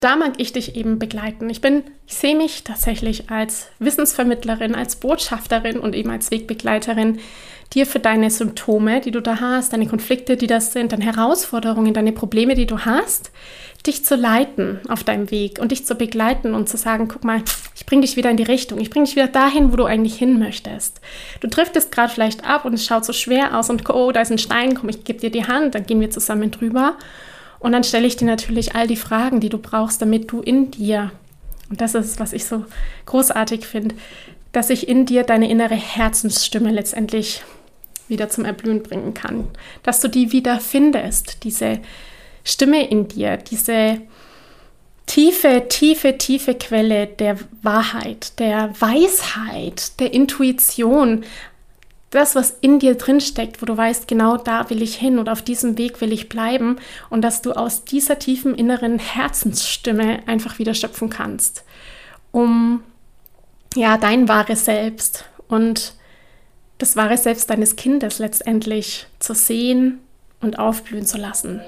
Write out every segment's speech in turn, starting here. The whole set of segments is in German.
da mag ich dich eben begleiten. Ich sehe mich tatsächlich als Wissensvermittlerin, als Botschafterin und eben als Wegbegleiterin, dir für deine Symptome, die du da hast, deine Konflikte, die das sind, deine Herausforderungen, deine Probleme, die du hast, dich zu leiten auf deinem Weg und dich zu begleiten und zu sagen, guck mal, ich bringe dich wieder in die Richtung, ich bringe dich wieder dahin, wo du eigentlich hin möchtest. Du driftest gerade vielleicht ab und es schaut so schwer aus und oh, da ist ein Stein, komm, ich gebe dir die Hand, dann gehen wir zusammen drüber. Und dann stelle ich dir natürlich all die Fragen, die du brauchst, damit du in dir, und das ist, was ich so großartig finde, dass ich in dir deine innere Herzensstimme letztendlich wieder zum Erblühen bringen kann. Dass du die wieder findest, diese Stimme in dir, diese tiefe, tiefe, tiefe Quelle der Wahrheit, der Weisheit, der Intuition, das, was in dir drin steckt, wo du weißt, genau da will ich hin und auf diesem Weg will ich bleiben und dass du aus dieser tiefen inneren Herzensstimme einfach wieder schöpfen kannst, um dein wahres Selbst und das wahre Selbst deines Kindes letztendlich zu sehen und aufblühen zu lassen.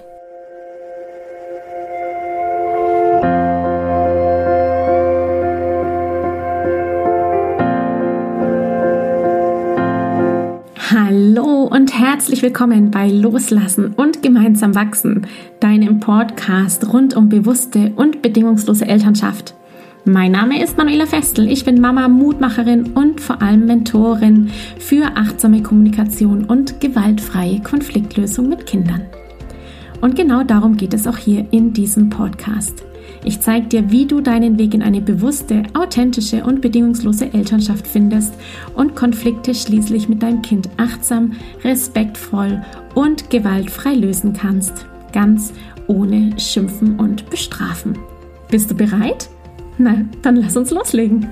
Hallo und herzlich willkommen bei Loslassen und gemeinsam wachsen, deinem Podcast rund um bewusste und bedingungslose Elternschaft. Mein Name ist Manuela Festel, ich bin Mama, Mutmacherin und vor allem Mentorin für achtsame Kommunikation und gewaltfreie Konfliktlösung mit Kindern. Und genau darum geht es auch hier in diesem Podcast. Ich zeige dir, wie du deinen Weg in eine bewusste, authentische und bedingungslose Elternschaft findest und Konflikte schließlich mit deinem Kind achtsam, respektvoll und gewaltfrei lösen kannst. Ganz ohne Schimpfen und Bestrafen. Bist du bereit? Na, dann lass uns loslegen.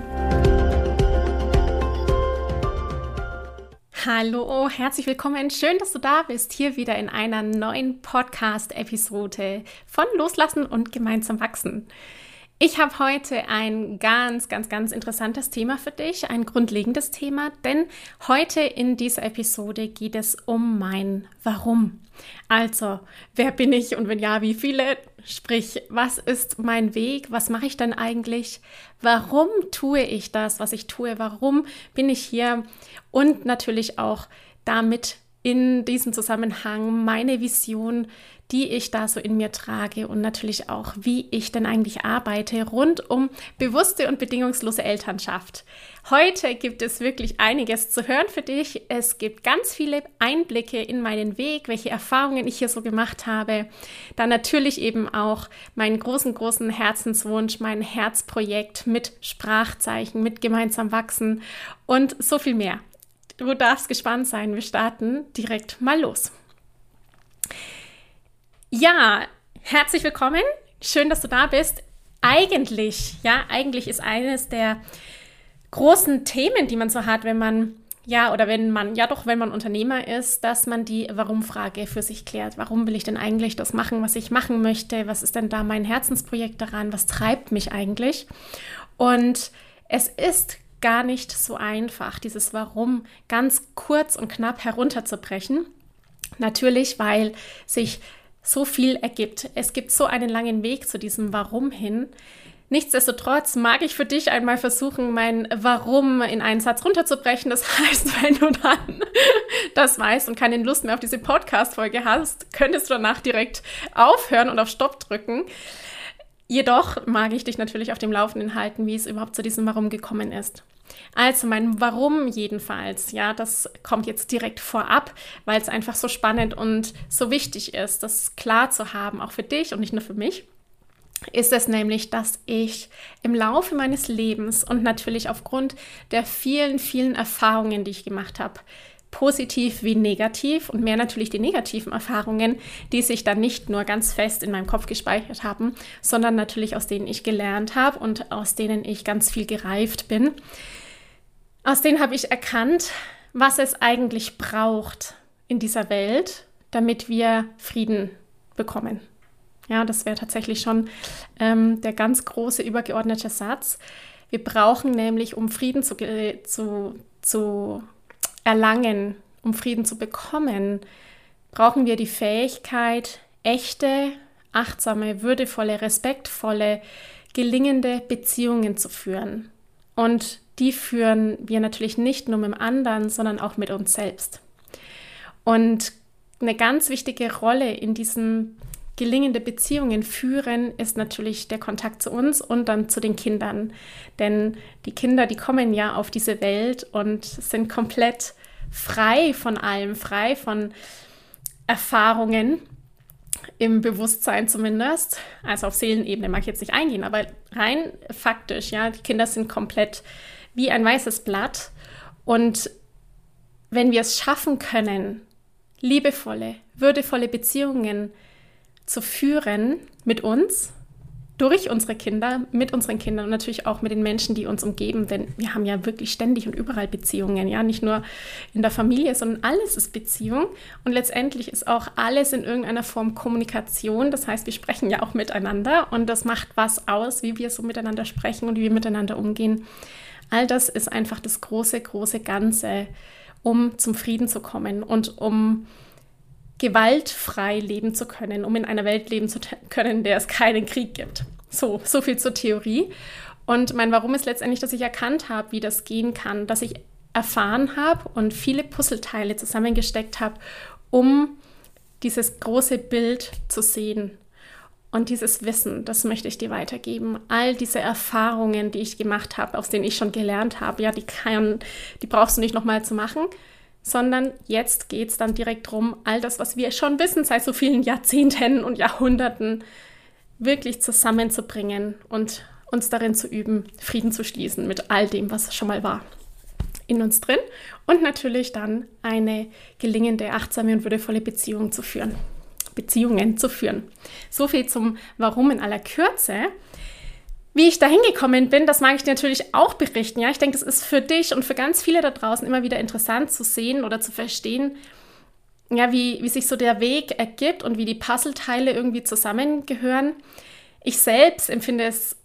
Hallo, herzlich willkommen. Schön, dass du da bist, hier wieder in einer neuen Podcast-Episode von Loslassen und gemeinsam wachsen. Ich habe heute ein ganz, ganz, ganz interessantes Thema für dich, ein grundlegendes Thema, denn heute in dieser Episode geht es um mein Warum. Also, wer bin ich und wenn ja, wie viele? Sprich, was ist mein Weg? Was mache ich denn eigentlich? Warum tue ich das, was ich tue? Warum bin ich hier? Und natürlich auch damit in diesem Zusammenhang meine Vision, die ich da so in mir trage und natürlich auch, wie ich denn eigentlich arbeite rund um bewusste und bedingungslose Elternschaft. Heute gibt es wirklich einiges zu hören für dich. Es gibt ganz viele Einblicke in meinen Weg, welche Erfahrungen ich hier so gemacht habe. Dann natürlich eben auch meinen großen, großen Herzenswunsch, mein Herzprojekt mit Sprachzeichen, mit gemeinsam wachsen und so viel mehr. Du darfst gespannt sein. Wir starten direkt mal los. Ja, herzlich willkommen. Schön, dass du da bist. Eigentlich ist eines der großen Themen, die man so hat, wenn man Unternehmer ist, dass man die Warum-Frage für sich klärt. Warum will ich denn eigentlich das machen, was ich machen möchte? Was ist denn da mein Herzensprojekt daran? Was treibt mich eigentlich? Und es ist gar nicht so einfach, dieses Warum ganz kurz und knapp herunterzubrechen. Natürlich, weil sich so viel ergibt. Es gibt so einen langen Weg zu diesem Warum hin. Nichtsdestotrotz mag ich für dich einmal versuchen, mein Warum in einen Satz runterzubrechen. Das heißt, wenn du dann das weißt und keine Lust mehr auf diese Podcast-Folge hast, könntest du danach direkt aufhören und auf Stopp drücken. Jedoch mag ich dich natürlich auf dem Laufenden halten, wie es überhaupt zu diesem Warum gekommen ist. Also mein Warum jedenfalls, das kommt jetzt direkt vorab, weil es einfach so spannend und so wichtig ist, das klar zu haben, auch für dich und nicht nur für mich, ist es nämlich, dass ich im Laufe meines Lebens und natürlich aufgrund der vielen, vielen Erfahrungen, die ich gemacht habe, positiv wie negativ und mehr natürlich die negativen Erfahrungen, die sich dann nicht nur ganz fest in meinem Kopf gespeichert haben, sondern natürlich aus denen ich gelernt habe und aus denen ich ganz viel gereift bin. Aus denen habe ich erkannt, was es eigentlich braucht in dieser Welt, damit wir Frieden bekommen. Ja, das wäre tatsächlich schon der ganz große übergeordnete Satz. Wir brauchen nämlich, um Frieden zu erlangen, um Frieden zu bekommen, brauchen wir die Fähigkeit, echte, achtsame, würdevolle, respektvolle, gelingende Beziehungen zu führen. Und die führen wir natürlich nicht nur mit dem anderen, sondern auch mit uns selbst. Und eine ganz wichtige Rolle in diesen gelingende Beziehungen führen ist natürlich der Kontakt zu uns und dann zu den Kindern. Denn die Kinder, die kommen ja auf diese Welt und sind komplett frei von allem, frei von Erfahrungen, im Bewusstsein zumindest. Also auf Seelenebene mag ich jetzt nicht eingehen, aber rein faktisch, ja, die Kinder sind komplett wie ein weißes Blatt. Und wenn wir es schaffen können, liebevolle, würdevolle Beziehungen zu führen mit uns, durch unsere Kinder, mit unseren Kindern und natürlich auch mit den Menschen, die uns umgeben, denn wir haben ja wirklich ständig und überall Beziehungen, ja, nicht nur in der Familie, sondern alles ist Beziehung und letztendlich ist auch alles in irgendeiner Form Kommunikation, das heißt, wir sprechen ja auch miteinander und das macht was aus, wie wir so miteinander sprechen und wie wir miteinander umgehen. All das ist einfach das große, große Ganze, um zum Frieden zu kommen und um gewaltfrei leben zu können, um in einer Welt leben zu können, in der es keinen Krieg gibt. So viel zur Theorie. Und mein Warum ist letztendlich, dass ich erkannt habe, wie das gehen kann, dass ich erfahren habe und viele Puzzleteile zusammengesteckt habe, um dieses große Bild zu sehen. Und dieses Wissen, das möchte ich dir weitergeben. All diese Erfahrungen, die ich gemacht habe, aus denen ich schon gelernt habe, ja, die brauchst du nicht nochmal zu machen, sondern jetzt geht es dann direkt darum, all das, was wir schon wissen, seit so vielen Jahrzehnten und Jahrhunderten, wirklich zusammenzubringen und uns darin zu üben, Frieden zu schließen mit all dem, was schon mal war, in uns drin und natürlich dann eine gelingende, achtsame und würdevolle Beziehungen zu führen. So viel zum Warum in aller Kürze. Wie ich da hingekommen bin, das mag ich dir natürlich auch berichten. Ja? Ich denke, das ist für dich und für ganz viele da draußen immer wieder interessant zu sehen oder zu verstehen, ja, wie sich so der Weg ergibt und wie die Puzzleteile irgendwie zusammengehören. Ich selbst empfinde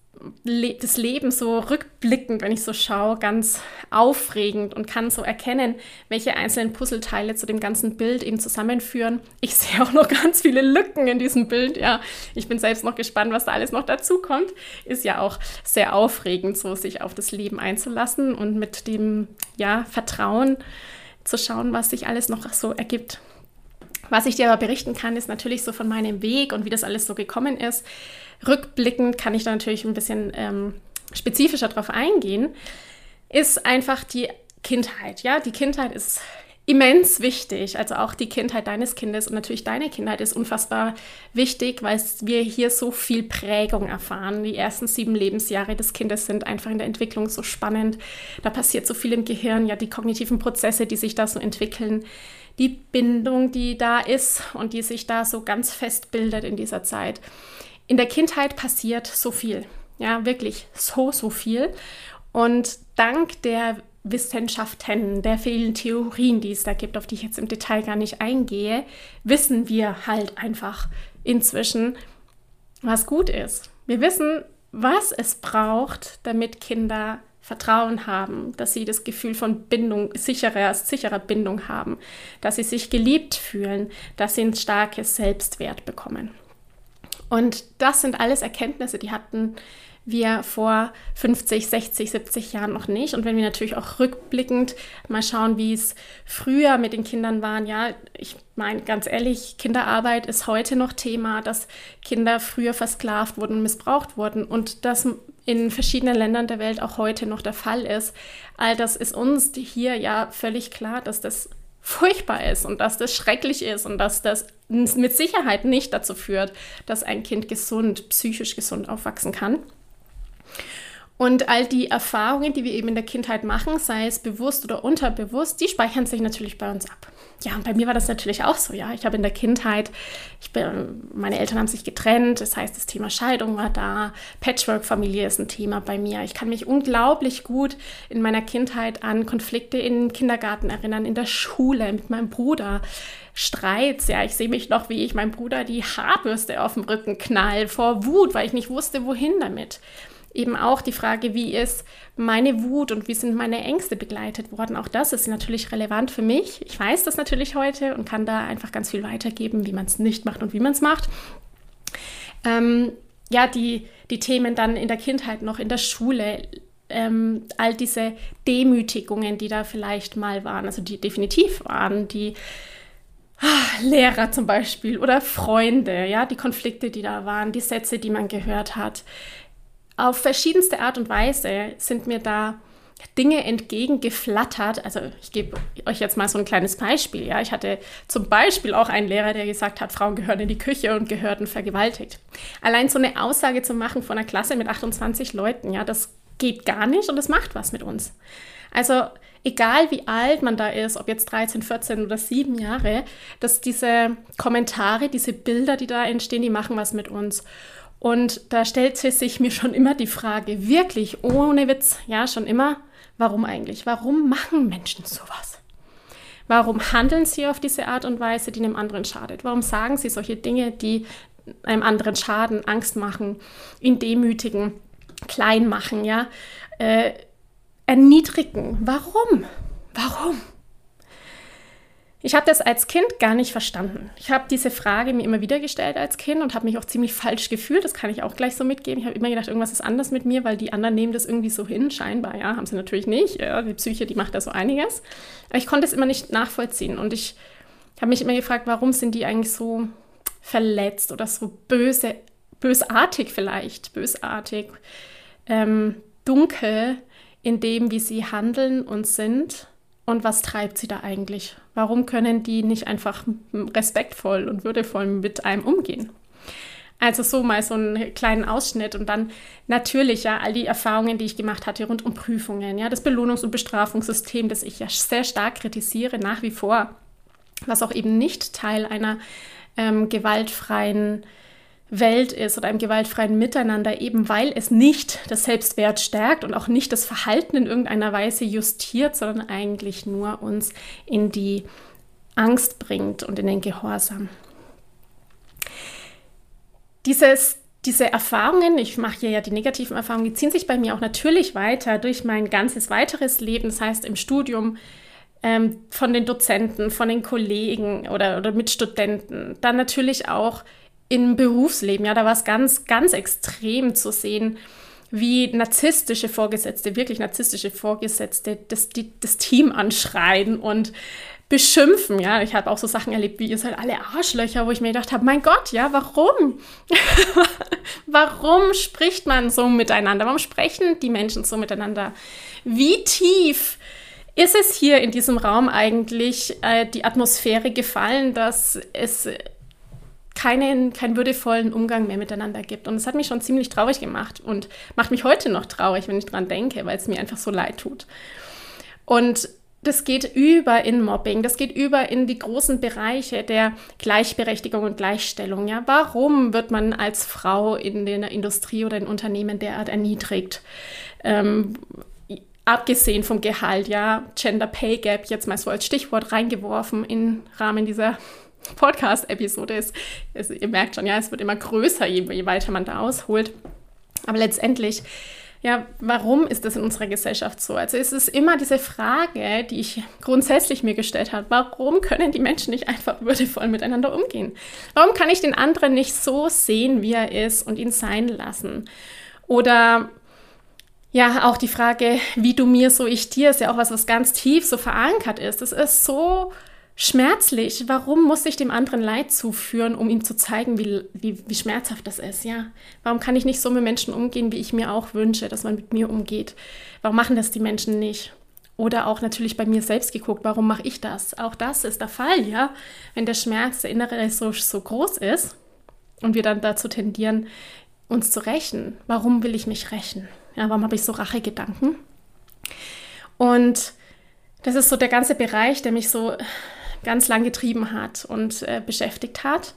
das Leben so rückblickend, wenn ich so schaue, ganz aufregend und kann so erkennen, welche einzelnen Puzzleteile zu dem ganzen Bild eben zusammenführen. Ich sehe auch noch ganz viele Lücken in diesem Bild. Ja, ich bin selbst noch gespannt, was da alles noch dazu kommt. Ist ja auch sehr aufregend, so sich auf das Leben einzulassen und mit dem Vertrauen zu schauen, was sich alles noch so ergibt. Was ich dir aber berichten kann, ist natürlich so von meinem Weg und wie das alles so gekommen ist. Rückblickend kann ich da natürlich ein bisschen spezifischer drauf eingehen, ist einfach die Kindheit. Ja, die Kindheit ist immens wichtig, also auch die Kindheit deines Kindes und natürlich deine Kindheit ist unfassbar wichtig, weil wir hier so viel Prägung erfahren. Die ersten 7 Lebensjahre des Kindes sind einfach in der Entwicklung so spannend. Da passiert so viel im Gehirn, ja, die kognitiven Prozesse, die sich da so entwickeln, die Bindung, die da ist und die sich da so ganz fest bildet in dieser Zeit. In der Kindheit passiert so viel, ja, wirklich so viel. Und dank der Wissenschaften, der vielen Theorien, die es da gibt, auf die ich jetzt im Detail gar nicht eingehe, wissen wir halt einfach inzwischen, was gut ist. Wir wissen, was es braucht, damit Kinder Vertrauen haben, dass sie das Gefühl von Bindung, sicherer Bindung haben, dass sie sich geliebt fühlen, dass sie ein starkes Selbstwert bekommen. Und das sind alles Erkenntnisse, die hatten wir vor 50, 60, 70 Jahren noch nicht. Und wenn wir natürlich auch rückblickend mal schauen, wie es früher mit den Kindern war, ja, ich meine ganz ehrlich, Kinderarbeit ist heute noch Thema, dass Kinder früher versklavt wurden und missbraucht wurden und das in verschiedenen Ländern der Welt auch heute noch der Fall ist. All das ist uns hier ja völlig klar, dass das furchtbar ist und dass das schrecklich ist und dass das mit Sicherheit nicht dazu führt, dass ein Kind psychisch gesund aufwachsen kann. Und all die Erfahrungen, die wir eben in der Kindheit machen, sei es bewusst oder unterbewusst, die speichern sich natürlich bei uns ab. Ja, und bei mir war das natürlich auch so, ja. Ich habe in der Kindheit, meine Eltern haben sich getrennt, das heißt, das Thema Scheidung war da, Patchwork-Familie ist ein Thema bei mir. Ich kann mich unglaublich gut in meiner Kindheit an Konflikte im Kindergarten erinnern, in der Schule mit meinem Bruder, Streits, ja, ich sehe mich noch, wie ich meinem Bruder die Haarbürste auf den Rücken knall vor Wut, weil ich nicht wusste, wohin damit. Eben auch die Frage, wie ist meine Wut und wie sind meine Ängste begleitet worden. Auch das ist natürlich relevant für mich. Ich weiß das natürlich heute und kann da einfach ganz viel weitergeben, wie man es nicht macht und wie man es macht. die Themen dann in der Kindheit noch, in der Schule, all diese Demütigungen, die da vielleicht mal waren, also die definitiv waren, die Lehrer zum Beispiel oder Freunde, ja, die Konflikte, die da waren, die Sätze, die man gehört hat. Auf verschiedenste Art und Weise sind mir da Dinge entgegengeflattert. Also ich gebe euch jetzt mal so ein kleines Beispiel. Ja. Ich hatte zum Beispiel auch einen Lehrer, der gesagt hat, Frauen gehören in die Küche und gehörten vergewaltigt. Allein so eine Aussage zu machen von einer Klasse mit 28 Leuten, ja, das geht gar nicht und das macht was mit uns. Also egal wie alt man da ist, ob jetzt 13, 14 oder 7 Jahre, dass diese Kommentare, diese Bilder, die da entstehen, die machen was mit uns. Und da stellte sich mir schon immer die Frage, wirklich ohne Witz, ja, schon immer, warum eigentlich? Warum machen Menschen sowas? Warum handeln sie auf diese Art und Weise, die einem anderen schadet? Warum sagen sie solche Dinge, die einem anderen schaden, Angst machen, ihn demütigen, klein machen, ja, erniedrigen? Warum? Warum? Ich habe das als Kind gar nicht verstanden. Ich habe diese Frage mir immer wieder gestellt als Kind und habe mich auch ziemlich falsch gefühlt. Das kann ich auch gleich so mitgeben. Ich habe immer gedacht, irgendwas ist anders mit mir, weil die anderen nehmen das irgendwie so hin. Scheinbar, ja, haben sie natürlich nicht. Ja, die Psyche, die macht da so einiges. Aber ich konnte es immer nicht nachvollziehen. Und ich habe mich immer gefragt, warum sind die eigentlich so verletzt oder so bösartig vielleicht, dunkel in dem, wie sie handeln und sind. Und was treibt sie da eigentlich? Warum können die nicht einfach respektvoll und würdevoll mit einem umgehen? Also so mal so einen kleinen Ausschnitt und dann natürlich ja all die Erfahrungen, die ich gemacht hatte rund um Prüfungen, ja, das Belohnungs- und Bestrafungssystem, das ich ja sehr stark kritisiere nach wie vor, was auch eben nicht Teil einer gewaltfreien Welt ist oder einem gewaltfreien Miteinander, eben weil es nicht das Selbstwert stärkt und auch nicht das Verhalten in irgendeiner Weise justiert, sondern eigentlich nur uns in die Angst bringt und in den Gehorsam. Diese Erfahrungen, ich mache hier ja die negativen Erfahrungen, die ziehen sich bei mir auch natürlich weiter durch mein ganzes weiteres Leben, das heißt im Studium, von den Dozenten, von den Kollegen oder Mitstudenten, dann natürlich auch im Berufsleben, ja, da war es ganz, ganz extrem zu sehen, wie wirklich narzisstische Vorgesetzte das Team anschreien und beschimpfen, ja. Ich habe auch so Sachen erlebt, wie ihr seid alle Arschlöcher, wo ich mir gedacht habe, mein Gott, ja, warum? Warum spricht man so miteinander? Warum sprechen die Menschen so miteinander? Wie tief ist es hier in diesem Raum eigentlich die Atmosphäre gefallen, dass es keinen würdevollen Umgang mehr miteinander gibt. Und es hat mich schon ziemlich traurig gemacht und macht mich heute noch traurig, wenn ich dran denke, weil es mir einfach so leid tut. Und das geht über in Mobbing, das geht über in die großen Bereiche der Gleichberechtigung und Gleichstellung. Ja? Warum wird man als Frau in der Industrie oder in Unternehmen derart erniedrigt? Abgesehen vom Gehalt, ja, Gender Pay Gap, jetzt mal so als Stichwort reingeworfen im Rahmen dieser Podcast-Episode ihr merkt schon, ja, es wird immer größer, je weiter man da ausholt. Aber letztendlich, ja, warum ist das in unserer Gesellschaft so? Also es ist immer diese Frage, die ich grundsätzlich mir gestellt habe, warum können die Menschen nicht einfach würdevoll miteinander umgehen? Warum kann ich den anderen nicht so sehen, wie er ist und ihn sein lassen? Oder ja, auch die Frage, wie du mir, so ich dir, ist ja auch was ganz tief so verankert ist. Das ist so schmerzlich. Warum muss ich dem anderen Leid zuführen, um ihm zu zeigen, wie schmerzhaft das ist? Ja? Warum kann ich nicht so mit Menschen umgehen, wie ich mir auch wünsche, dass man mit mir umgeht? Warum machen das die Menschen nicht? Oder auch natürlich bei mir selbst geguckt, warum mache ich das? Auch das ist der Fall, ja. Wenn der Schmerz, der innere so groß ist und wir dann dazu tendieren, uns zu rächen. Warum will ich mich rächen? Ja, warum habe ich so Rachegedanken? Und das ist so der ganze Bereich, der mich so ganz lang getrieben hat und beschäftigt hat.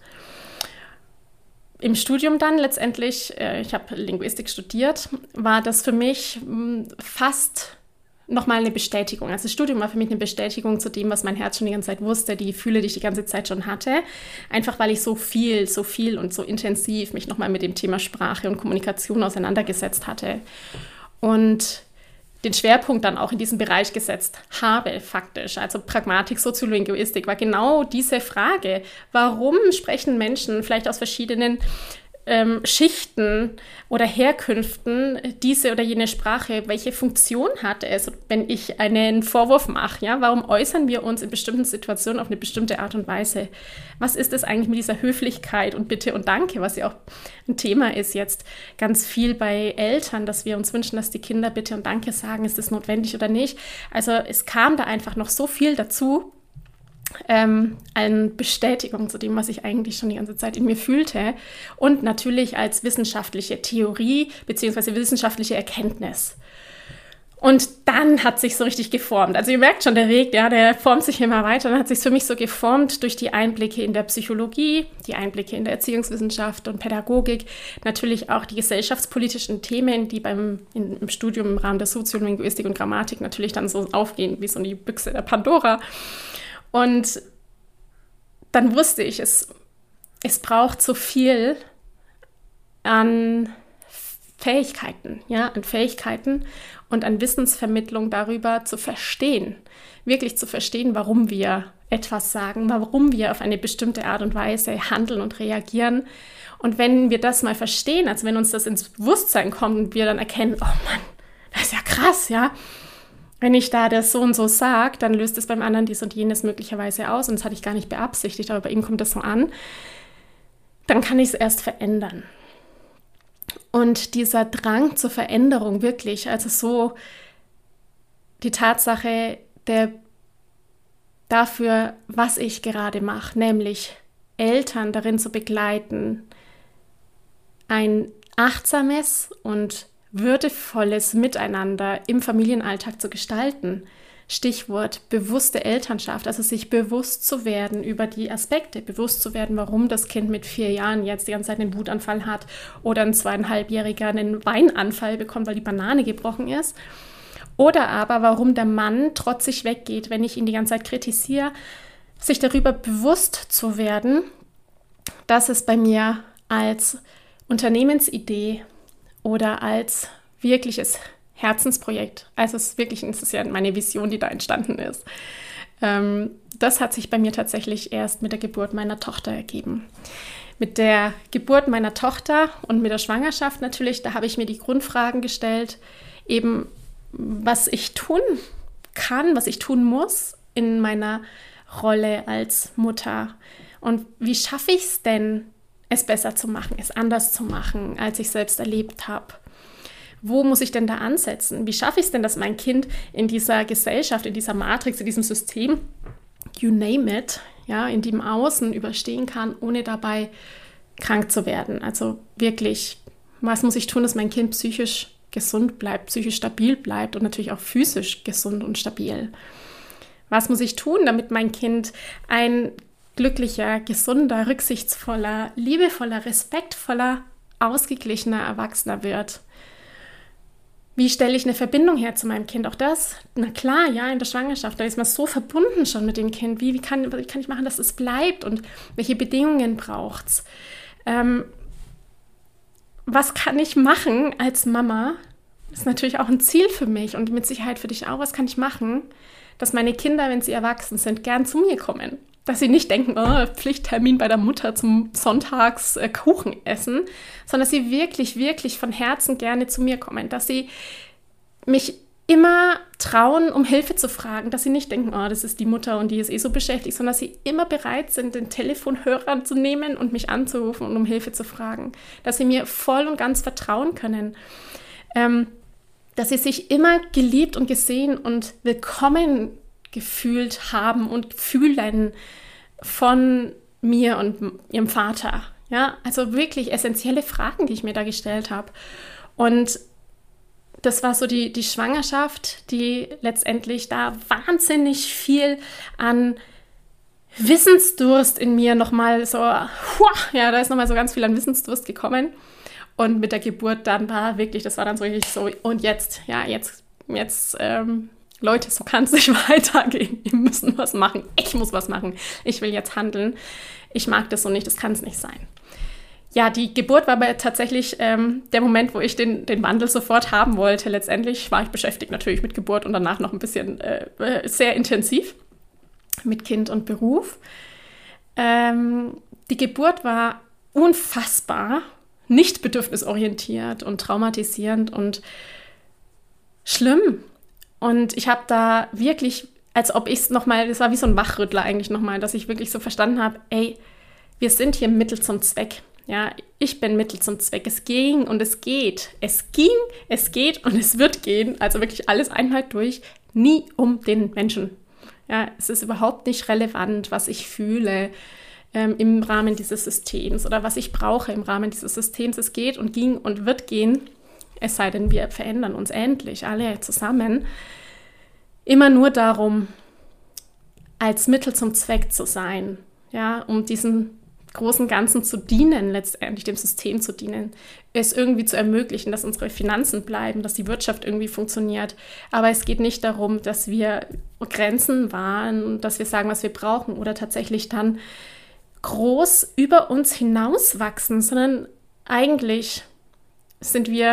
Im Studium dann letztendlich, ich habe Linguistik studiert, war das für mich fast nochmal eine Bestätigung. Also das Studium war für mich eine Bestätigung zu dem, was mein Herz schon die ganze Zeit wusste, die Gefühle, die ich die ganze Zeit schon hatte. Einfach weil ich so viel und so intensiv mich nochmal mit dem Thema Sprache und Kommunikation auseinandergesetzt hatte. Und den Schwerpunkt dann auch in diesen Bereich gesetzt habe, faktisch. Also Pragmatik, Soziolinguistik war genau diese Frage. Warum sprechen Menschen vielleicht aus verschiedenen Schichten oder Herkünften diese oder jene Sprache, welche Funktion hat es, wenn ich einen Vorwurf mache? Ja? Warum äußern wir uns in bestimmten Situationen auf eine bestimmte Art und Weise? Was ist es eigentlich mit dieser Höflichkeit und Bitte und Danke, was ja auch ein Thema ist jetzt ganz viel bei Eltern, dass wir uns wünschen, dass die Kinder Bitte und Danke sagen, ist das notwendig oder nicht? Also es kam da einfach noch so viel dazu, eine Bestätigung zu dem, was ich eigentlich schon die ganze Zeit in mir fühlte und natürlich als wissenschaftliche Theorie bzw. wissenschaftliche Erkenntnis. Und dann hat sich so richtig geformt. Also ihr merkt schon, der Weg, ja, der formt sich immer weiter. Dann hat sich für mich so geformt durch die Einblicke in der Psychologie, die Einblicke in der Erziehungswissenschaft und Pädagogik, natürlich auch die gesellschaftspolitischen Themen, die im Studium im Rahmen der Soziolinguistik und Grammatik natürlich dann so aufgehen, wie so eine Büchse der Pandora. Und dann wusste ich, es braucht so viel an Fähigkeiten, ja, an Fähigkeiten und an Wissensvermittlung darüber zu verstehen, wirklich zu verstehen, warum wir etwas sagen, warum wir auf eine bestimmte Art und Weise handeln und reagieren. Und wenn wir das mal verstehen, also wenn uns das ins Bewusstsein kommt und wir dann erkennen, oh Mann, das ist ja krass, ja, wenn ich da das so und so sage, dann löst es beim anderen dies und jenes möglicherweise aus und das hatte ich gar nicht beabsichtigt, aber bei ihm kommt das so an, dann kann ich es erst verändern. Und dieser Drang zur Veränderung wirklich, also so die Tatsache dafür, was ich gerade mache, nämlich Eltern darin zu begleiten, ein achtsames und würdevolles Miteinander im Familienalltag zu gestalten. Stichwort bewusste Elternschaft, also sich bewusst zu werden über die Aspekte, bewusst zu werden, warum das Kind mit 4 Jahren jetzt die ganze Zeit einen Wutanfall hat oder ein 2,5-Jähriger einen Weinanfall bekommt, weil die Banane gebrochen ist. Oder aber, warum der Mann trotzig weggeht, wenn ich ihn die ganze Zeit kritisiere, sich darüber bewusst zu werden, dass es bei mir als Unternehmensidee oder als wirkliches Herzensprojekt, also es ist ja meine Vision, die da entstanden ist. Das hat sich bei mir tatsächlich erst mit der Geburt meiner Tochter ergeben. Mit der Geburt meiner Tochter und mit der Schwangerschaft natürlich, da habe ich mir die Grundfragen gestellt, eben was ich tun kann, was ich tun muss in meiner Rolle als Mutter. Und wie schaffe ich es denn, es besser zu machen, es anders zu machen, als ich selbst erlebt habe? Wo muss ich denn da ansetzen? Wie schaffe ich es denn, dass mein Kind in dieser Gesellschaft, in dieser Matrix, in diesem System, you name it, ja, in dem Außen überstehen kann, ohne dabei krank zu werden? Also wirklich, was muss ich tun, dass mein Kind psychisch gesund bleibt, psychisch stabil bleibt und natürlich auch physisch gesund und stabil? Was muss ich tun, damit mein Kind ein glücklicher, gesunder, rücksichtsvoller, liebevoller, respektvoller, ausgeglichener Erwachsener wird? Wie stelle ich eine Verbindung her zu meinem Kind? Auch das, na klar, ja, in der Schwangerschaft, da ist man so verbunden schon mit dem Kind. Wie kann ich machen, dass es bleibt und welche Bedingungen braucht es? Was kann ich machen als Mama? Das ist natürlich auch ein Ziel für mich und mit Sicherheit für dich auch. Was kann ich machen, dass meine Kinder, wenn sie erwachsen sind, gern zu mir kommen? Dass sie nicht denken, oh, Pflichttermin bei der Mutter zum Sonntags Kuchen essen, sondern dass sie wirklich, wirklich von Herzen gerne zu mir kommen. Dass sie mich immer trauen, um Hilfe zu fragen. Dass sie nicht denken, oh, das ist die Mutter und die ist so beschäftigt, sondern dass sie immer bereit sind, den Telefonhörer zu nehmen und mich anzurufen und um Hilfe zu fragen. Dass sie mir voll und ganz vertrauen können. Dass sie sich immer geliebt und gesehen und willkommen gefühlt haben und fühlen von mir und ihrem Vater. Ja, also wirklich essentielle Fragen, die ich mir da gestellt habe. Und das war so die Schwangerschaft, die letztendlich da wahnsinnig viel an Wissensdurst in mir nochmal so, ja, da ist nochmal so ganz viel an Wissensdurst gekommen. Und mit der Geburt dann war wirklich, das war dann so richtig so, und jetzt, Leute, so kann es nicht weitergehen. Wir müssen was machen. Ich muss was machen. Ich will jetzt handeln. Ich mag das so nicht. Das kann es nicht sein. Ja, die Geburt war aber tatsächlich der Moment, wo ich den Wandel sofort haben wollte. Letztendlich war ich beschäftigt natürlich mit Geburt und danach noch ein bisschen sehr intensiv mit Kind und Beruf. Die Geburt war unfassbar nicht bedürfnisorientiert und traumatisierend und schlimm. Und ich habe da wirklich, als ob ich es nochmal, das war wie so ein Wachrüttler eigentlich nochmal, dass ich wirklich so verstanden habe, ey, wir sind hier Mittel zum Zweck. Ja, ich bin Mittel zum Zweck. Es ging und es geht. Es ging, es geht und es wird gehen. Also wirklich alles einmal durch. Nie um den Menschen. Ja, es ist überhaupt nicht relevant, was ich fühle im Rahmen dieses Systems oder was ich brauche im Rahmen dieses Systems. Es geht und ging und wird gehen. Es sei denn, wir verändern uns endlich alle zusammen. Immer nur darum, als Mittel zum Zweck zu sein. Ja, um diesen großen Ganzen zu dienen, letztendlich dem System zu dienen, es irgendwie zu ermöglichen, dass unsere Finanzen bleiben, dass die Wirtschaft irgendwie funktioniert. Aber es geht nicht darum, dass wir Grenzen wahren, dass wir sagen, was wir brauchen oder tatsächlich dann groß über uns hinauswachsen, sondern eigentlich sind wir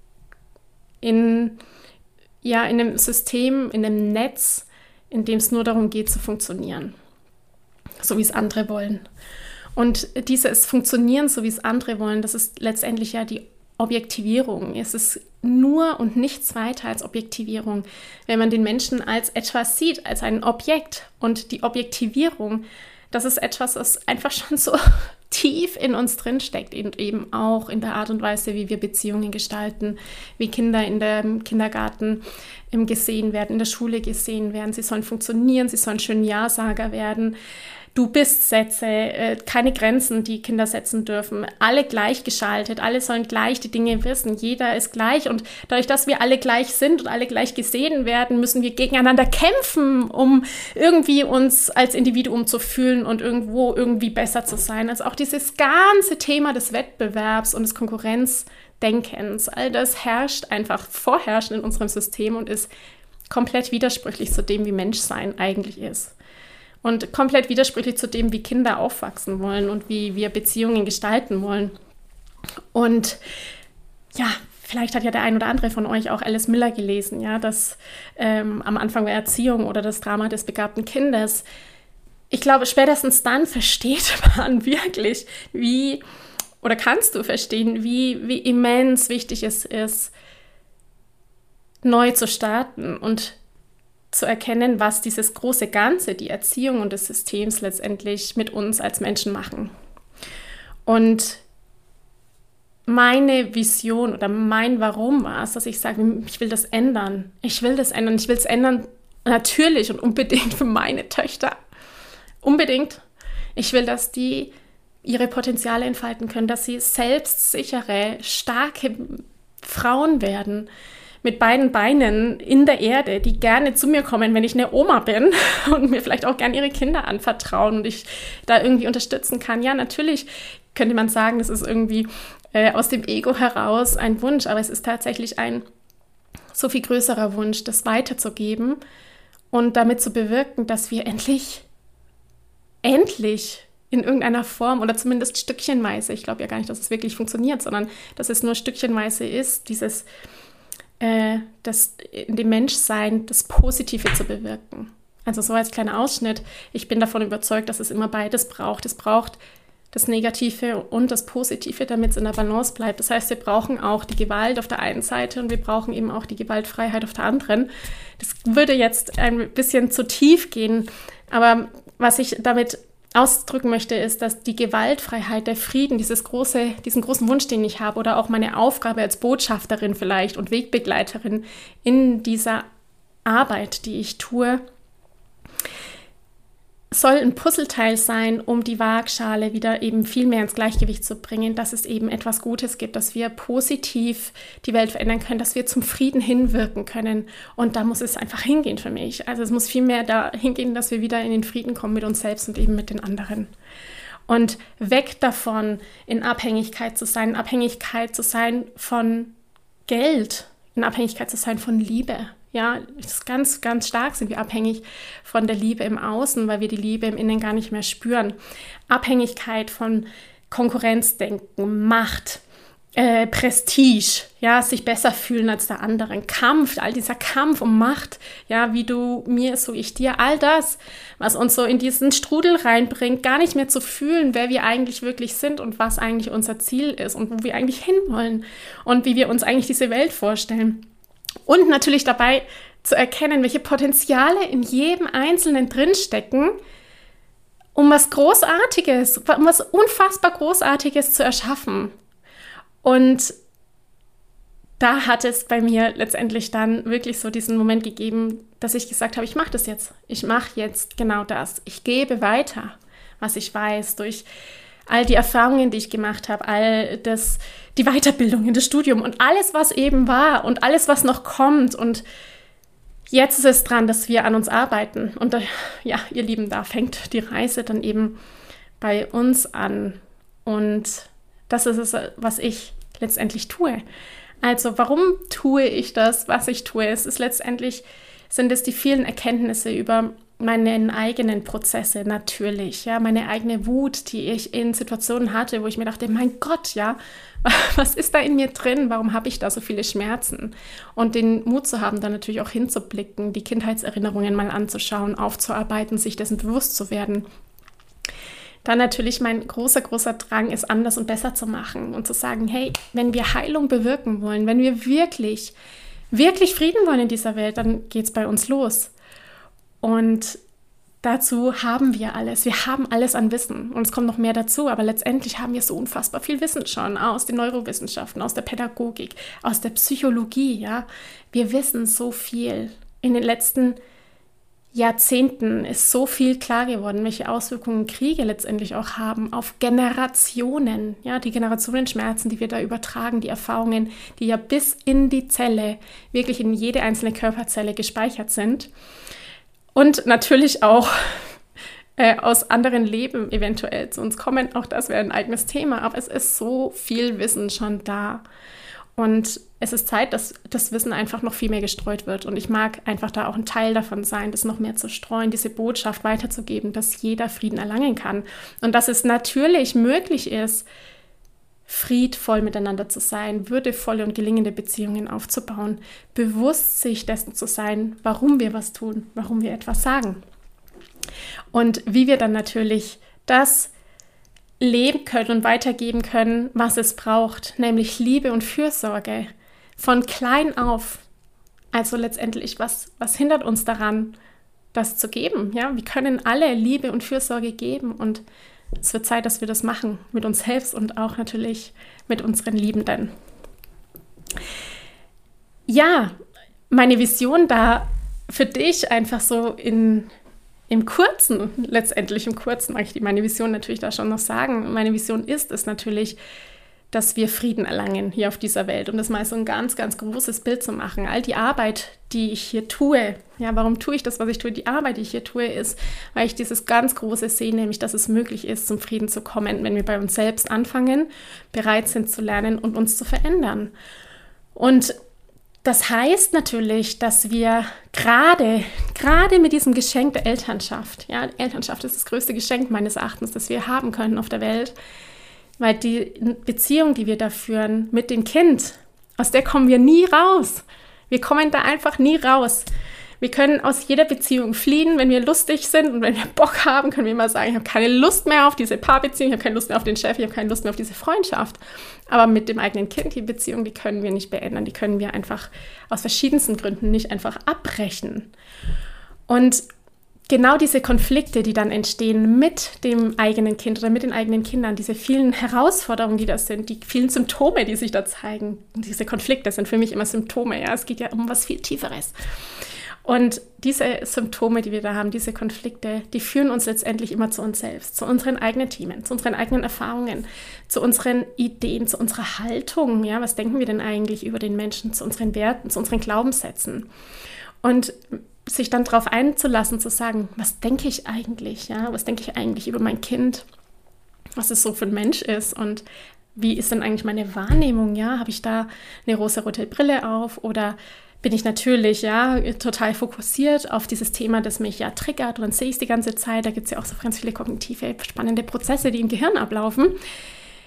in einem System, in einem Netz, in dem es nur darum geht, zu funktionieren, so wie es andere wollen. Und dieses Funktionieren, so wie es andere wollen, das ist letztendlich ja die Objektivierung. Es ist nur und nichts weiter als Objektivierung, wenn man den Menschen als etwas sieht, als ein Objekt. Und die Objektivierung, das ist etwas, was einfach schon so tief in uns drinsteckt und eben auch in der Art und Weise, wie wir Beziehungen gestalten, wie Kinder in dem Kindergarten gesehen werden, in der Schule gesehen werden. Sie sollen funktionieren, sie sollen schön Ja-Sager werden. Du bist Sätze, keine Grenzen, die Kinder setzen dürfen, alle gleichgeschaltet, alle sollen gleich die Dinge wissen, jeder ist gleich und dadurch, dass wir alle gleich sind und alle gleich gesehen werden, müssen wir gegeneinander kämpfen, um irgendwie uns als Individuum zu fühlen und irgendwie besser zu sein. Also auch dieses ganze Thema des Wettbewerbs und des Konkurrenzdenkens, all das vorherrscht in unserem System und ist komplett widersprüchlich zu dem, wie Menschsein eigentlich ist. Und komplett widersprüchlich zu dem, wie Kinder aufwachsen wollen und wie wir Beziehungen gestalten wollen. Und ja, vielleicht hat ja der ein oder andere von euch auch Alice Miller gelesen, ja, das am Anfang der Erziehung oder das Drama des begabten Kindes. Ich glaube, spätestens dann versteht man wirklich, kannst du verstehen, wie immens wichtig es ist, neu zu starten und zu erkennen, was dieses große Ganze, die Erziehung und des Systems letztendlich mit uns als Menschen machen. Und meine Vision oder mein Warum war es, dass ich sage, ich will das ändern. Ich will es ändern natürlich und unbedingt für meine Töchter. Unbedingt. Ich will, dass die ihre Potenziale entfalten können, dass sie selbstsichere, starke Frauen werden, mit beiden Beinen in der Erde, die gerne zu mir kommen, wenn ich eine Oma bin und mir vielleicht auch gerne ihre Kinder anvertrauen und ich da irgendwie unterstützen kann. Ja, natürlich könnte man sagen, das ist irgendwie aus dem Ego heraus ein Wunsch, aber es ist tatsächlich ein so viel größerer Wunsch, das weiterzugeben und damit zu bewirken, dass wir endlich in irgendeiner Form oder zumindest stückchenweise, ich glaube ja gar nicht, dass es wirklich funktioniert, sondern dass es nur stückchenweise ist, das in dem Menschsein das Positive zu bewirken. Also so als kleiner Ausschnitt. Ich bin davon überzeugt, dass es immer beides braucht. Es braucht das Negative und das Positive, damit es in der Balance bleibt. Das heißt, wir brauchen auch die Gewalt auf der einen Seite und wir brauchen eben auch die Gewaltfreiheit auf der anderen. Das würde jetzt ein bisschen zu tief gehen, aber was ich damit ausdrücken möchte, ist, dass die Gewaltfreiheit, der Frieden, diesen großen Wunsch, den ich habe, oder auch meine Aufgabe als Botschafterin vielleicht und Wegbegleiterin in dieser Arbeit, die ich tue, soll ein Puzzleteil sein, um die Waagschale wieder eben viel mehr ins Gleichgewicht zu bringen, dass es eben etwas Gutes gibt, dass wir positiv die Welt verändern können, dass wir zum Frieden hinwirken können. Und da muss es einfach hingehen für mich. Also es muss viel mehr da hingehen, dass wir wieder in den Frieden kommen mit uns selbst und eben mit den anderen. Und weg davon, in Abhängigkeit zu sein von Geld, in Abhängigkeit zu sein von Liebe. Ja, ganz, ganz stark sind wir abhängig von der Liebe im Außen, weil wir die Liebe im Innen gar nicht mehr spüren. Abhängigkeit von Konkurrenzdenken, Macht, Prestige, ja, sich besser fühlen als der andere, ein Kampf, all dieser Kampf um Macht, ja, wie du mir, so ich dir, all das, was uns so in diesen Strudel reinbringt, gar nicht mehr zu fühlen, wer wir eigentlich wirklich sind und was eigentlich unser Ziel ist und wo wir eigentlich hinwollen und wie wir uns eigentlich diese Welt vorstellen. Und natürlich dabei zu erkennen, welche Potenziale in jedem Einzelnen drinstecken, um was Großartiges, um was unfassbar Großartiges zu erschaffen. Und da hat es bei mir letztendlich dann wirklich so diesen Moment gegeben, dass ich gesagt habe, ich mache das jetzt. Ich mache jetzt genau das. Ich gebe weiter, was ich weiß, durch all die Erfahrungen, die ich gemacht habe, die Weiterbildung, das Studium und alles, was eben war und alles, was noch kommt. Und jetzt ist es dran, dass wir an uns arbeiten. Und ja, ihr Lieben, da fängt die Reise dann eben bei uns an. Und das ist es, was ich letztendlich tue. Also warum tue ich das, was ich tue? Sind es die vielen Erkenntnisse über meine eigenen Prozesse natürlich, ja, meine eigene Wut, die ich in Situationen hatte, wo ich mir dachte, mein Gott, ja, was ist da in mir drin? Warum habe ich da so viele Schmerzen? Und den Mut zu haben, dann natürlich auch hinzublicken, die Kindheitserinnerungen mal anzuschauen, aufzuarbeiten, sich dessen bewusst zu werden. Dann natürlich mein großer Drang, es anders und besser zu machen und zu sagen, hey, wenn wir Heilung bewirken wollen, wenn wir wirklich Frieden wollen in dieser Welt, dann geht es bei uns los. Und dazu haben wir alles. Wir haben alles an Wissen und es kommt noch mehr dazu, aber letztendlich haben wir so unfassbar viel Wissen schon aus den Neurowissenschaften, aus der Pädagogik, aus der Psychologie, ja. Wir wissen so viel. In den letzten Jahrzehnten ist so viel klar geworden, welche Auswirkungen Kriege letztendlich auch haben auf Generationen, ja, die Generationenschmerzen, die wir da übertragen, die Erfahrungen, die ja bis in die Zelle, wirklich in jede einzelne Körperzelle gespeichert sind und natürlich auch aus anderen Leben eventuell zu uns kommen, auch das wäre ein eigenes Thema, aber es ist so viel Wissen schon da. Und es ist Zeit, dass das Wissen einfach noch viel mehr gestreut wird. Und ich mag einfach da auch ein Teil davon sein, das noch mehr zu streuen, diese Botschaft weiterzugeben, dass jeder Frieden erlangen kann. Und dass es natürlich möglich ist, friedvoll miteinander zu sein, würdevolle und gelingende Beziehungen aufzubauen, bewusst sich dessen zu sein, warum wir was tun, warum wir etwas sagen. Und wie wir dann natürlich das leben können und weitergeben können, was es braucht, nämlich Liebe und Fürsorge von klein auf. Also letztendlich, was hindert uns daran, das zu geben? Ja? Wir können alle Liebe und Fürsorge geben und es wird Zeit, dass wir das machen, mit uns selbst und auch natürlich mit unseren Liebenden. Ja, meine Vision da für dich einfach so im Kurzen mag ich meine Vision natürlich da schon noch sagen. Meine Vision ist es natürlich, dass wir Frieden erlangen hier auf dieser Welt. Um das mal so ein ganz, ganz großes Bild zu machen. All die Arbeit, die ich hier tue, ja, warum tue ich das, was ich tue? Die Arbeit, die ich hier tue, ist, weil ich dieses ganz Große sehe, nämlich, dass es möglich ist, zum Frieden zu kommen, wenn wir bei uns selbst anfangen, bereit sind zu lernen und uns zu verändern. Und das heißt natürlich, dass wir gerade mit diesem Geschenk der Elternschaft, ja, Elternschaft ist das größte Geschenk meines Erachtens, das wir haben können auf der Welt, weil die Beziehung, die wir da führen mit dem Kind, aus der kommen wir nie raus. Wir kommen da einfach nie raus. Wir können aus jeder Beziehung fliehen, wenn wir lustig sind und wenn wir Bock haben, können wir immer sagen, ich habe keine Lust mehr auf diese Paarbeziehung, ich habe keine Lust mehr auf den Chef, ich habe keine Lust mehr auf diese Freundschaft. Aber mit dem eigenen Kind, die Beziehung, die können wir nicht beenden, die können wir einfach aus verschiedensten Gründen nicht einfach abbrechen. Und genau diese Konflikte, die dann entstehen mit dem eigenen Kind oder mit den eigenen Kindern, diese vielen Herausforderungen, die das sind, die vielen Symptome, die sich da zeigen, und diese Konflikte sind für mich immer Symptome, ja, es geht ja um was viel Tieferes. Und diese Symptome, die wir da haben, diese Konflikte, die führen uns letztendlich immer zu uns selbst, zu unseren eigenen Themen, zu unseren eigenen Erfahrungen, zu unseren Ideen, zu unserer Haltung. Ja, was denken wir denn eigentlich über den Menschen, zu unseren Werten, zu unseren Glaubenssätzen? Und sich dann darauf einzulassen, zu sagen, was denke ich eigentlich? Ja, was denke ich eigentlich über mein Kind? Was es so für ein Mensch ist und wie ist denn eigentlich meine Wahrnehmung? Ja, habe ich da eine rosarote Brille auf oder bin ich natürlich total fokussiert auf dieses Thema, das mich ja triggert und dann sehe ich es die ganze Zeit. Da gibt es ja auch so ganz viele kognitive, spannende Prozesse, die im Gehirn ablaufen.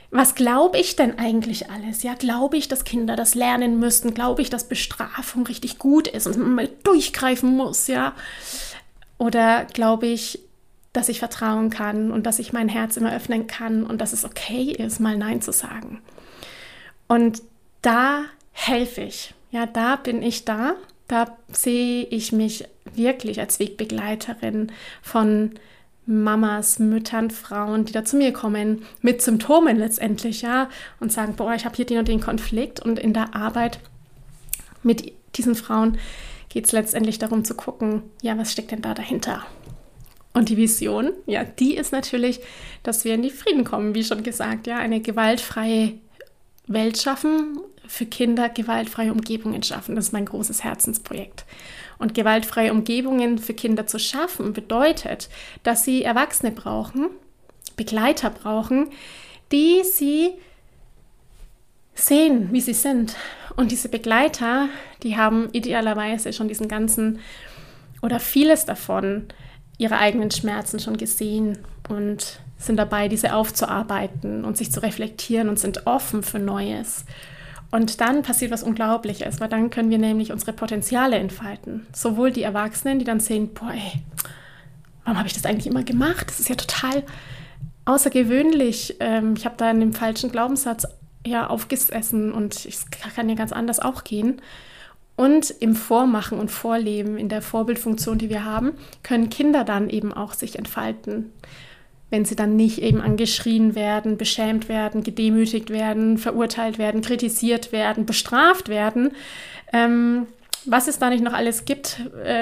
was glaube ich denn eigentlich alles? Ja, glaube ich, dass Kinder das lernen müssten? Glaube ich, dass Bestrafung richtig gut ist und man mal durchgreifen muss? Ja? Oder glaube ich, dass ich vertrauen kann und dass ich mein Herz immer öffnen kann und dass es okay ist, mal Nein zu sagen? Und da helfe ich. Ja, da bin ich da. Da sehe ich mich wirklich als Wegbegleiterin von Mamas, Müttern, Frauen, die da zu mir kommen, mit Symptomen letztendlich, ja, und sagen, boah, ich habe hier den und den Konflikt. Und in der Arbeit mit diesen Frauen geht es letztendlich darum zu gucken, ja, was steckt denn da dahinter? Und die Vision, ja, die ist natürlich, dass wir in die Frieden kommen, wie schon gesagt, ja, eine gewaltfreie Welt schaffen, für Kinder gewaltfreie Umgebungen schaffen. Das ist mein großes Herzensprojekt. Und gewaltfreie Umgebungen für Kinder zu schaffen, bedeutet, dass sie Erwachsene brauchen, Begleiter brauchen, die sie sehen, wie sie sind. Und diese Begleiter, die haben idealerweise schon diesen ganzen oder vieles davon, ihre eigenen Schmerzen schon gesehen und sind dabei, diese aufzuarbeiten und sich zu reflektieren und sind offen für Neues. Und dann passiert was Unglaubliches, weil dann können wir nämlich unsere Potenziale entfalten. Sowohl die Erwachsenen, die dann sehen, boah, ey, warum habe ich das eigentlich immer gemacht? Das ist ja total außergewöhnlich. Ich habe da in dem falschen Glaubenssatz ja aufgesessen und es kann ja ganz anders auch gehen. Und im Vormachen und Vorleben, in der Vorbildfunktion, die wir haben, können Kinder dann eben auch sich entfalten. Wenn sie dann nicht eben angeschrien werden, beschämt werden, gedemütigt werden, verurteilt werden, kritisiert werden, bestraft werden. Was es da nicht noch alles gibt,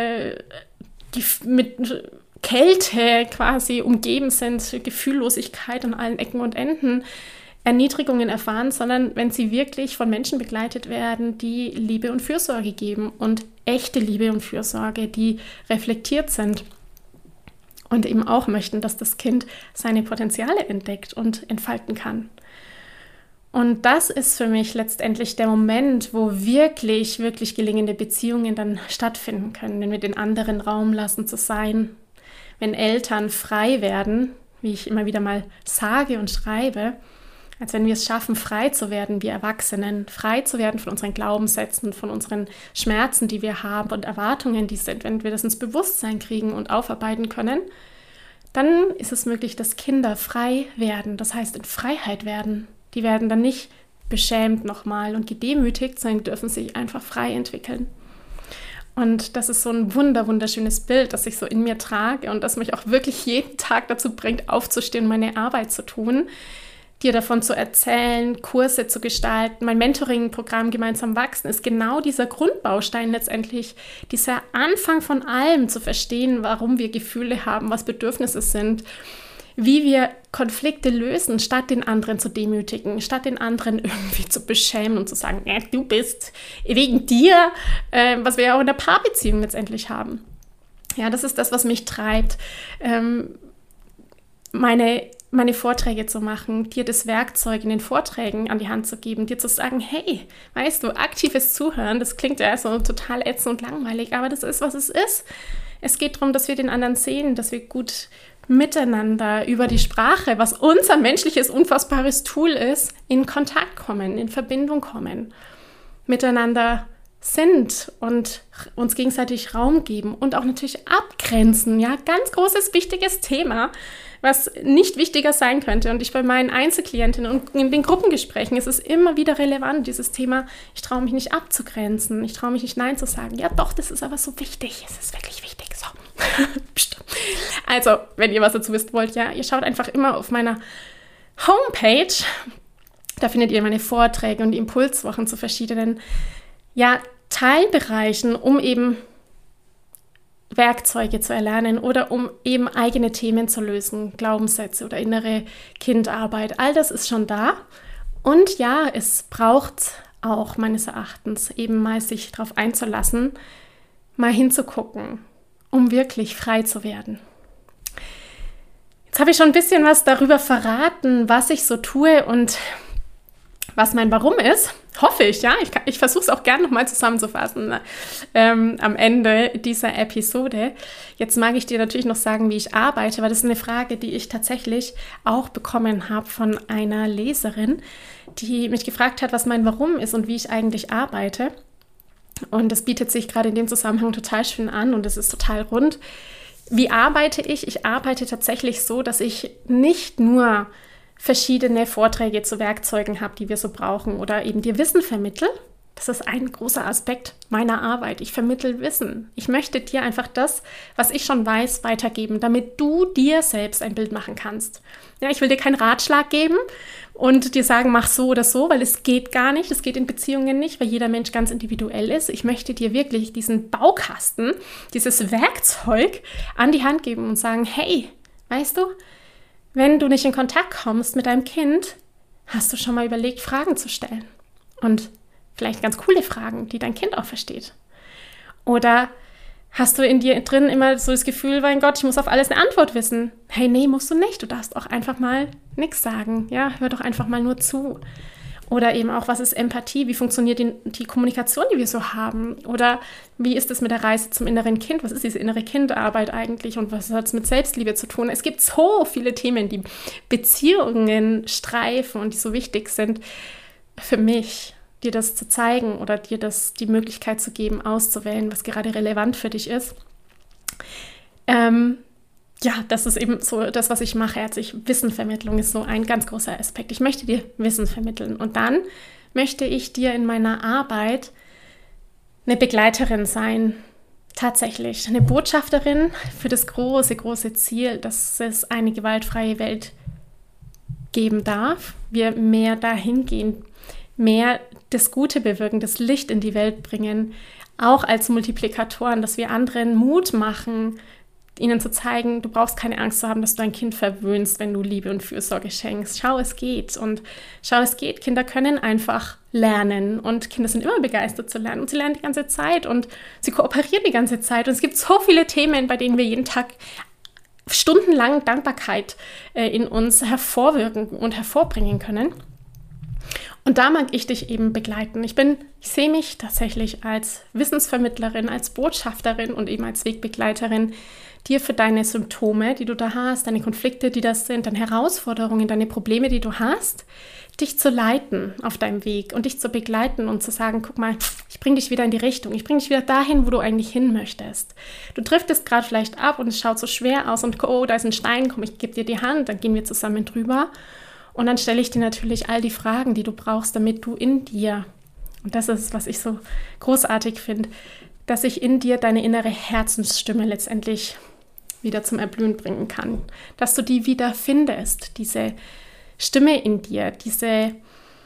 die mit Kälte quasi umgeben sind, Gefühllosigkeit an allen Ecken und Enden, Erniedrigungen erfahren, sondern wenn sie wirklich von Menschen begleitet werden, die Liebe und Fürsorge geben und echte Liebe und Fürsorge, die reflektiert sind. Und eben auch möchten, dass das Kind seine Potenziale entdeckt und entfalten kann. Und das ist für mich letztendlich der Moment, wo wirklich, wirklich gelingende Beziehungen dann stattfinden können, wenn wir den anderen Raum lassen zu sein, wenn Eltern frei werden, wie ich immer wieder mal sage und schreibe, als wenn wir es schaffen, frei zu werden, wir Erwachsenen, frei zu werden von unseren Glaubenssätzen, von unseren Schmerzen, die wir haben und Erwartungen, die sind. Wenn wir das ins Bewusstsein kriegen und aufarbeiten können, dann ist es möglich, dass Kinder frei werden, das heißt in Freiheit werden. Die werden dann nicht beschämt nochmal und gedemütigt, sondern dürfen sich einfach frei entwickeln. Und das ist so ein wunderschönes Bild, das ich so in mir trage und das mich auch wirklich jeden Tag dazu bringt, aufzustehen und meine Arbeit zu tun, dir davon zu erzählen, Kurse zu gestalten. Mein Mentoring-Programm Gemeinsam wachsen ist genau dieser Grundbaustein letztendlich, dieser Anfang von allem zu verstehen, warum wir Gefühle haben, was Bedürfnisse sind, wie wir Konflikte lösen, statt den anderen zu demütigen, statt den anderen irgendwie zu beschämen und zu sagen, ja, du bist wegen dir, was wir ja auch in der Paarbeziehung letztendlich haben. Ja, das ist das, was mich treibt, meine Vorträge zu machen, dir das Werkzeug in den Vorträgen an die Hand zu geben, dir zu sagen, hey, weißt du, aktives Zuhören, das klingt ja so total ätzend und langweilig, aber das ist, was es ist. Es geht darum, dass wir den anderen sehen, dass wir gut miteinander über die Sprache, was unser menschliches, unfassbares Tool ist, in Kontakt kommen, in Verbindung kommen, miteinander sind und uns gegenseitig Raum geben und auch natürlich abgrenzen. Ja, ganz großes, wichtiges Thema, was nicht wichtiger sein könnte. Und ich bei meinen Einzelklientinnen und in den Gruppengesprächen ist es immer wieder relevant, dieses Thema, ich traue mich nicht abzugrenzen, ich traue mich nicht Nein zu sagen. Ja doch, das ist aber so wichtig, es ist wirklich wichtig. So. Also, wenn ihr was dazu wissen wollt, ja, ihr schaut einfach immer auf meiner Homepage, da findet ihr meine Vorträge und die Impulswochen zu verschiedenen Teilbereichen, um eben Werkzeuge zu erlernen oder um eben eigene Themen zu lösen, Glaubenssätze oder innere Kindarbeit. All das ist schon da. Und ja, es braucht auch meines Erachtens eben mal sich darauf einzulassen, mal hinzugucken, um wirklich frei zu werden. Jetzt habe ich schon ein bisschen was darüber verraten, was ich so tue und was mein Warum ist. hoffe ich, ja. Ich versuche es auch gerne nochmal zusammenzufassen am Ende dieser Episode. Jetzt mag ich dir natürlich noch sagen, wie ich arbeite, weil das ist eine Frage, die ich tatsächlich auch bekommen habe von einer Leserin, die mich gefragt hat, was mein Warum ist und wie ich eigentlich arbeite. Und das bietet sich gerade in dem Zusammenhang total schön an und es ist total rund. Wie arbeite ich? Ich arbeite tatsächlich so, dass ich nicht nur verschiedene Vorträge zu Werkzeugen habe, die wir so brauchen oder eben dir Wissen vermittle. Das ist ein großer Aspekt meiner Arbeit. Ich vermittle Wissen. Ich möchte dir einfach das, was ich schon weiß, weitergeben, damit du dir selbst ein Bild machen kannst. Ja, ich will dir keinen Ratschlag geben und dir sagen, mach so oder so, weil es geht gar nicht. Es geht in Beziehungen nicht, weil jeder Mensch ganz individuell ist. Ich möchte dir wirklich diesen Baukasten, dieses Werkzeug an die Hand geben und sagen, hey, weißt du, wenn du nicht in Kontakt kommst mit deinem Kind, hast du schon mal überlegt, Fragen zu stellen. Und vielleicht ganz coole Fragen, die dein Kind auch versteht. Oder hast du in dir drin immer so das Gefühl, mein Gott, ich muss auf alles eine Antwort wissen. Hey, nee, musst du nicht. Du darfst auch einfach mal nichts sagen. Ja, hör doch einfach mal nur zu. Oder eben auch, was ist Empathie? Wie funktioniert die Kommunikation, die wir so haben? Oder wie ist es mit der Reise zum inneren Kind? Was ist diese innere Kindarbeit eigentlich? Und was hat es mit Selbstliebe zu tun? Es gibt so viele Themen, die Beziehungen streifen und die so wichtig sind für mich, dir das zu zeigen oder dir das die Möglichkeit zu geben, auszuwählen, was gerade relevant für dich ist. Ja, das ist eben so das, was ich mache. Also Wissenvermittlung ist so ein ganz großer Aspekt. Ich möchte dir Wissen vermitteln und dann möchte ich dir in meiner Arbeit eine Begleiterin sein, tatsächlich eine Botschafterin für das große, große Ziel, dass es eine gewaltfreie Welt geben darf, wir mehr dahin gehen, mehr das Gute bewirken, das Licht in die Welt bringen, auch als Multiplikatoren, dass wir anderen Mut machen, ihnen zu zeigen, du brauchst keine Angst zu haben, dass du dein Kind verwöhnst, wenn du Liebe und Fürsorge schenkst. Schau, es geht. Und schau, es geht. Kinder können einfach lernen und Kinder sind immer begeistert zu lernen und sie lernen die ganze Zeit und sie kooperieren die ganze Zeit. Und es gibt so viele Themen, bei denen wir jeden Tag stundenlang Dankbarkeit in uns hervorwirken und hervorbringen können. Und da mag ich dich eben begleiten. Ich sehe mich tatsächlich als Wissensvermittlerin, als Botschafterin und eben als Wegbegleiterin, dir für deine Symptome, die du da hast, deine Konflikte, die das sind, deine Herausforderungen, deine Probleme, die du hast, dich zu leiten auf deinem Weg und dich zu begleiten und zu sagen, guck mal, ich bringe dich wieder in die Richtung, ich bringe dich wieder dahin, wo du eigentlich hin möchtest. Du driftest gerade vielleicht ab und es schaut so schwer aus und oh, da ist ein Stein, komm, ich gebe dir die Hand, dann gehen wir zusammen drüber. Und dann stelle ich dir natürlich all die Fragen, die du brauchst, damit du in dir, und das ist, was ich so großartig finde, dass ich in dir deine innere Herzensstimme letztendlich wieder zum Erblühen bringen kann. Dass du die wieder findest, diese Stimme in dir, diese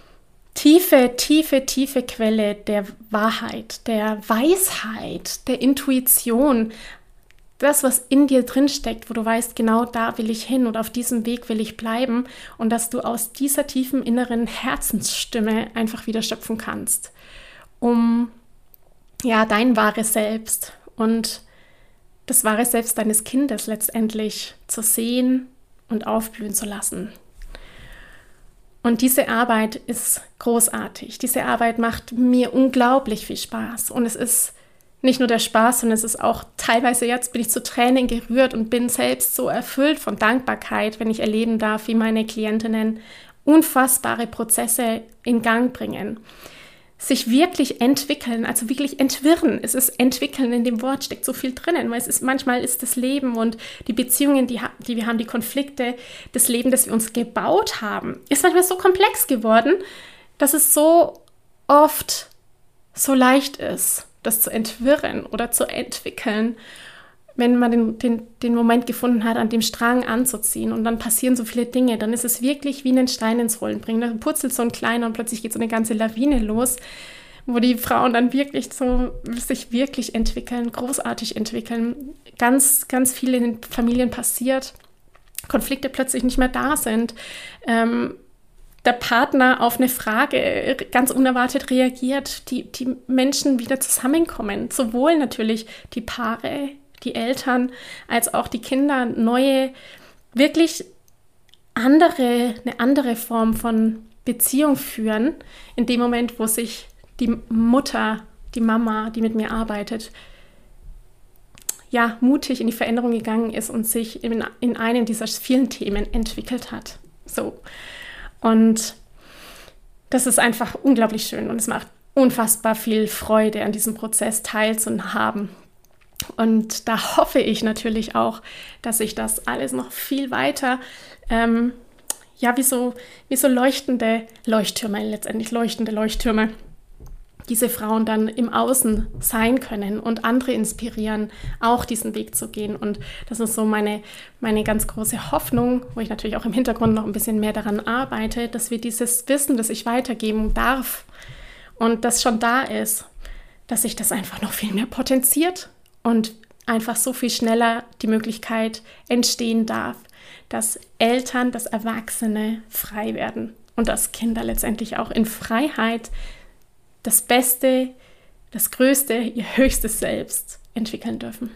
tiefe, tiefe, tiefe Quelle der Wahrheit, der Weisheit, der Intuition, das, was in dir drin steckt, wo du weißt, genau da will ich hin und auf diesem Weg will ich bleiben und dass du aus dieser tiefen inneren Herzensstimme einfach wieder schöpfen kannst, um ja dein wahres Selbst und das wahre Selbst deines Kindes letztendlich zu sehen und aufblühen zu lassen. Und diese Arbeit ist großartig. Diese Arbeit macht mir unglaublich viel Spaß und es ist nicht nur der Spaß, sondern es ist auch teilweise, jetzt bin ich zu Tränen gerührt und bin selbst so erfüllt von Dankbarkeit, wenn ich erleben darf, wie meine Klientinnen unfassbare Prozesse in Gang bringen. Sich wirklich entwickeln, also wirklich entwirren. Es ist entwickeln, in dem Wort steckt so viel drinnen, weil manchmal ist das Leben und die Beziehungen, die wir haben, die Konflikte, das Leben, das wir uns gebaut haben, ist manchmal so komplex geworden, dass es so oft so leicht ist, das zu entwirren oder zu entwickeln, wenn man den Moment gefunden hat, an dem Strang anzuziehen und dann passieren so viele Dinge, dann ist es wirklich wie einen Stein ins Rollen bringen. Dann purzelt so ein kleiner und plötzlich geht so eine ganze Lawine los, wo die Frauen dann wirklich so sich wirklich entwickeln, großartig entwickeln. Ganz, ganz viel in den Familien passiert, Konflikte plötzlich nicht mehr da sind, der Partner auf eine Frage ganz unerwartet reagiert, die Menschen wieder zusammenkommen, sowohl natürlich die Paare, die Eltern, als auch die Kinder, neue, wirklich eine andere Form von Beziehung führen, in dem Moment, wo sich die Mutter, die Mama, die mit mir arbeitet, ja, mutig in die Veränderung gegangen ist und sich in einem dieser vielen Themen entwickelt hat. So. Und das ist einfach unglaublich schön und es macht unfassbar viel Freude, an diesem Prozess teilzuhaben. Und da hoffe ich natürlich auch, dass sich das alles noch viel weiter, wie so leuchtende Leuchttürme, diese Frauen dann im Außen sein können und andere inspirieren, auch diesen Weg zu gehen. Und das ist so meine ganz große Hoffnung, wo ich natürlich auch im Hintergrund noch ein bisschen mehr daran arbeite, dass wir dieses Wissen, das ich weitergeben darf und das schon da ist, dass sich das einfach noch viel mehr potenziert und einfach so viel schneller die Möglichkeit entstehen darf, dass Eltern, dass Erwachsene frei werden und dass Kinder letztendlich auch in Freiheit das Beste, das Größte, ihr höchstes Selbst entwickeln dürfen.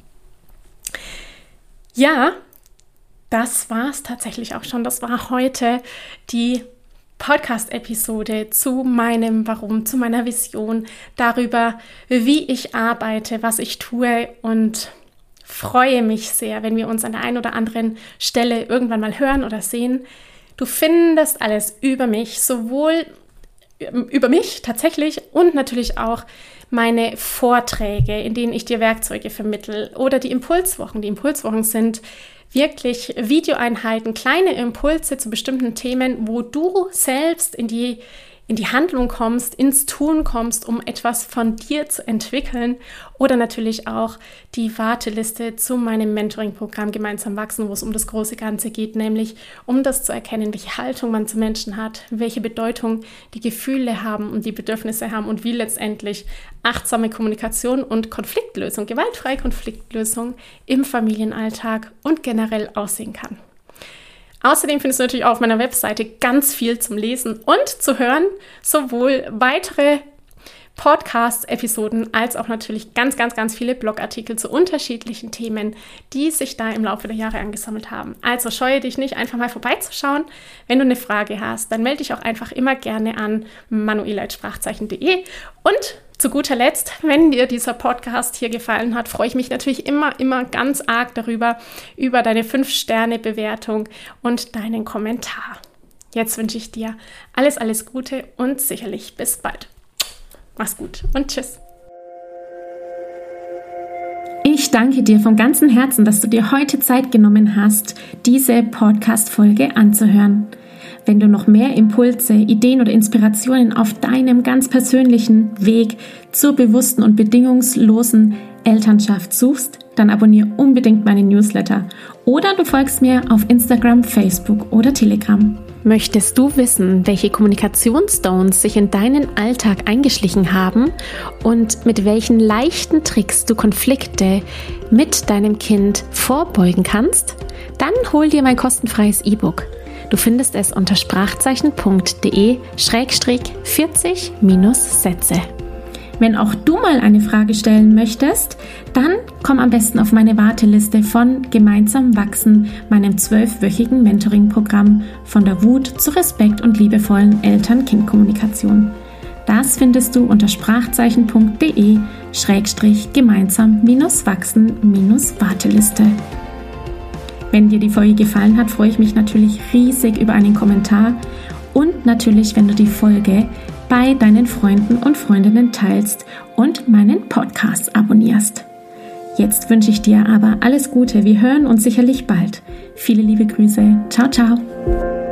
Ja, das war es tatsächlich auch schon. Das war heute die Podcast-Episode zu meinem Warum, zu meiner Vision, darüber, wie ich arbeite, was ich tue und freue mich sehr, wenn wir uns an der einen oder anderen Stelle irgendwann mal hören oder sehen. Du findest alles über mich, sowohl über mich tatsächlich und natürlich auch meine Vorträge, in denen ich dir Werkzeuge vermittle oder die Impulswochen. Die Impulswochen sind wirklich Videoeinheiten, kleine Impulse zu bestimmten Themen, wo du selbst in die Handlung kommst, ins Tun kommst, um etwas von dir zu entwickeln oder natürlich auch die Warteliste zu meinem Mentoring-Programm Gemeinsam wachsen, wo es um das große Ganze geht, nämlich um das zu erkennen, welche Haltung man zu Menschen hat, welche Bedeutung die Gefühle haben und die Bedürfnisse haben und wie letztendlich achtsame Kommunikation und Konfliktlösung, gewaltfreie Konfliktlösung im Familienalltag und generell aussehen kann. Außerdem findest du natürlich auch auf meiner Webseite ganz viel zum Lesen und zu hören, sowohl weitere Podcast-Episoden als auch natürlich ganz, ganz, ganz viele Blogartikel zu unterschiedlichen Themen, die sich da im Laufe der Jahre angesammelt haben. Also scheue dich nicht, einfach mal vorbeizuschauen. Wenn du eine Frage hast, dann melde dich auch einfach immer gerne an manuela@sprachzeichen.de. Und zu guter Letzt, wenn dir dieser Podcast hier gefallen hat, freue ich mich natürlich immer ganz arg darüber, über deine 5-Sterne-Bewertung und deinen Kommentar. Jetzt wünsche ich dir alles Gute und sicherlich bis bald. Mach's gut und tschüss. Ich danke dir von ganzem Herzen, dass du dir heute Zeit genommen hast, diese Podcast-Folge anzuhören. Wenn du noch mehr Impulse, Ideen oder Inspirationen auf deinem ganz persönlichen Weg zur bewussten und bedingungslosen Elternschaft suchst, dann abonniere unbedingt meinen Newsletter oder du folgst mir auf Instagram, Facebook oder Telegram. Möchtest du wissen, welche Kommunikationsstones sich in deinen Alltag eingeschlichen haben und mit welchen leichten Tricks du Konflikte mit deinem Kind vorbeugen kannst? Dann hol dir mein kostenfreies E-Book. Du findest es unter sprachzeichen.de/40-Sätze. Wenn auch du mal eine Frage stellen möchtest, dann komm am besten auf meine Warteliste von Gemeinsam wachsen, meinem 12-wöchigen Mentoring-Programm von der Wut zu Respekt und liebevollen Eltern-Kind-Kommunikation. Das findest du unter sprachzeichen.de/gemeinsam-wachsen-Warteliste. Wenn dir die Folge gefallen hat, freue ich mich natürlich riesig über einen Kommentar und natürlich, wenn du die Folge bei deinen Freunden und Freundinnen teilst und meinen Podcast abonnierst. Jetzt wünsche ich dir aber alles Gute. Wir hören uns sicherlich bald. Viele liebe Grüße. Ciao, ciao.